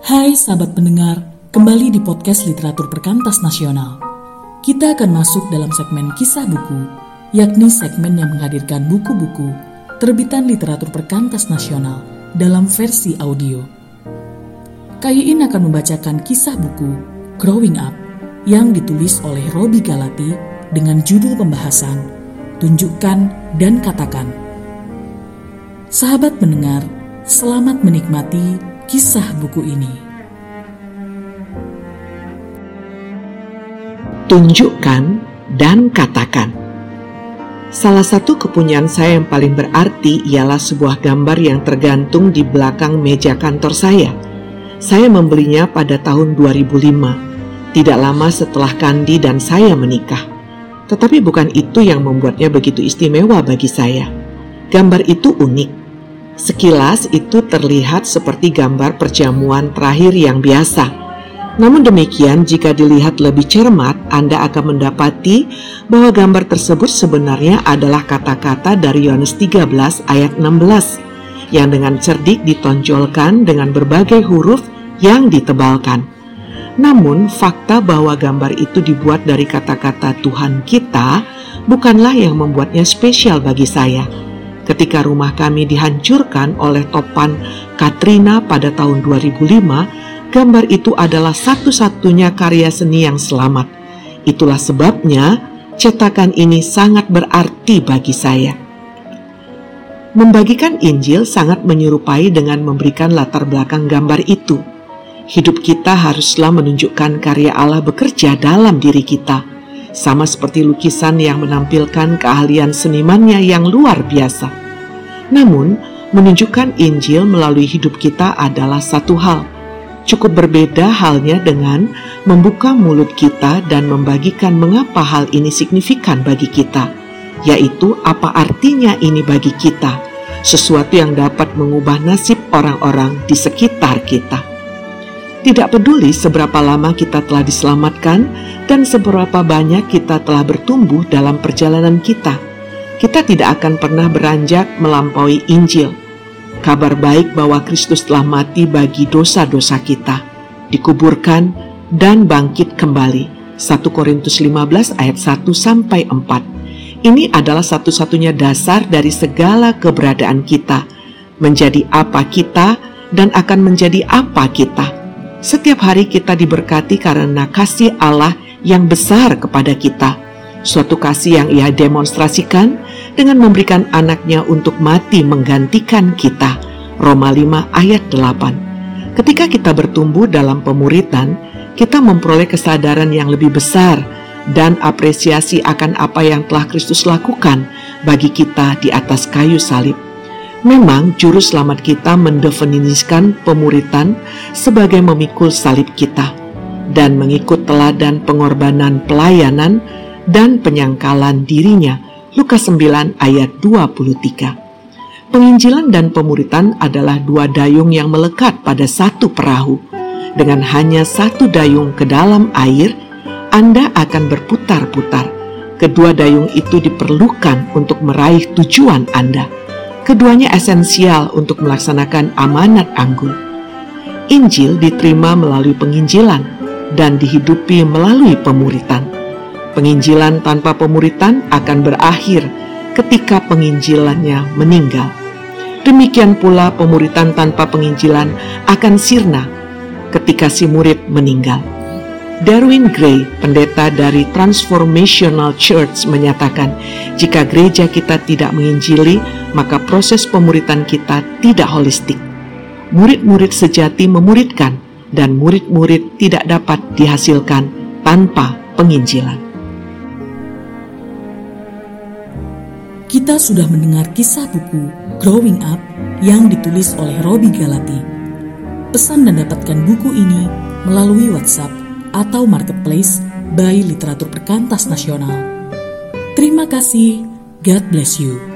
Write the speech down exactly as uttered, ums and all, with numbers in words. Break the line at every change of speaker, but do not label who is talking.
Hai sahabat pendengar, kembali di podcast Literatur Perkantas Nasional. Kita akan masuk dalam segmen kisah buku, yakni segmen yang menghadirkan buku-buku terbitan Literatur Perkantas Nasional dalam versi audio. K Y I N akan membacakan kisah buku Growing Up yang ditulis oleh Robi Galati dengan judul pembahasan Tunjukkan dan Katakan. Sahabat pendengar, selamat menikmati kisah buku ini.
Tunjukkan dan katakan. Salah satu kepunyaan saya yang paling berarti ialah sebuah gambar yang tergantung di belakang meja kantor saya. Saya membelinya pada tahun dua ribu lima, tidak lama setelah Kandi dan saya menikah. Tetapi bukan itu yang membuatnya begitu istimewa bagi saya. Gambar itu unik. Sekilas itu terlihat seperti gambar perjamuan terakhir yang biasa. Namun demikian, jika dilihat lebih cermat, Anda akan mendapati bahwa gambar tersebut sebenarnya adalah kata-kata dari Yohanes tiga belas ayat enam belas yang dengan cerdik ditonjolkan dengan berbagai huruf yang ditebalkan. Namun, fakta bahwa gambar itu dibuat dari kata-kata Tuhan kita bukanlah yang membuatnya spesial bagi saya. Ketika rumah kami dihancurkan oleh topan Katrina pada tahun dua ribu lima, gambar itu adalah satu-satunya karya seni yang selamat. Itulah sebabnya cetakan ini sangat berarti bagi saya. Membagikan Injil sangat menyerupai dengan memberikan latar belakang gambar itu. Hidup kita haruslah menunjukkan karya Allah bekerja dalam diri kita, sama seperti lukisan yang menampilkan keahlian senimannya yang luar biasa. Namun, menunjukkan Injil melalui hidup kita adalah satu hal. Cukup berbeda halnya dengan membuka mulut kita dan membagikan mengapa hal ini signifikan bagi kita, yaitu apa artinya ini bagi kita, sesuatu yang dapat mengubah nasib orang-orang di sekitar kita. Tidak peduli seberapa lama kita telah diselamatkan dan seberapa banyak kita telah bertumbuh dalam perjalanan kita, kita tidak akan pernah beranjak melampaui Injil. Kabar baik bahwa Kristus telah mati bagi dosa-dosa kita, dikuburkan dan bangkit kembali. satu Korintus lima belas ayat satu sampai empat. Ini adalah satu-satunya dasar dari segala keberadaan kita, menjadi apa kita dan akan menjadi apa kita. Setiap hari kita diberkati karena kasih Allah yang besar kepada kita. Suatu kasih yang Ia demonstrasikan dengan memberikan anaknya untuk mati menggantikan kita. Roma lima ayat delapan. Ketika kita bertumbuh dalam pemuritan, kita memperoleh kesadaran yang lebih besar dan apresiasi akan apa yang telah Kristus lakukan bagi kita di atas kayu salib. Memang juru selamat kita mendefinisikan pemuritan sebagai memikul salib kita dan mengikut teladan pengorbanan pelayanan dan penyangkalan dirinya. Lukas sembilan ayat dua puluh tiga. Penginjilan dan pemuritan adalah dua dayung yang melekat pada satu perahu. Dengan hanya satu dayung ke dalam air, Anda akan berputar-putar. Kedua dayung itu diperlukan untuk meraih tujuan Anda. Keduanya esensial untuk melaksanakan amanat anggun. Injil diterima melalui penginjilan dan dihidupi melalui pemuritan. Penginjilan tanpa pemuritan akan berakhir ketika penginjilannya meninggal. Demikian pula pemuritan tanpa penginjilan akan sirna ketika si murid meninggal. Darwin Gray, pendeta dari Transformational Church, menyatakan, jika gereja kita tidak menginjili, maka proses pemuritan kita tidak holistik. Murid-murid sejati memuridkan, dan murid-murid tidak dapat dihasilkan tanpa penginjilan.
Kita sudah mendengar kisah buku Growing Up yang ditulis oleh Robi Galati. Pesan dan dapatkan buku ini melalui WhatsApp atau Marketplace by Literatur Perkantas Nasional. Terima kasih, God bless you.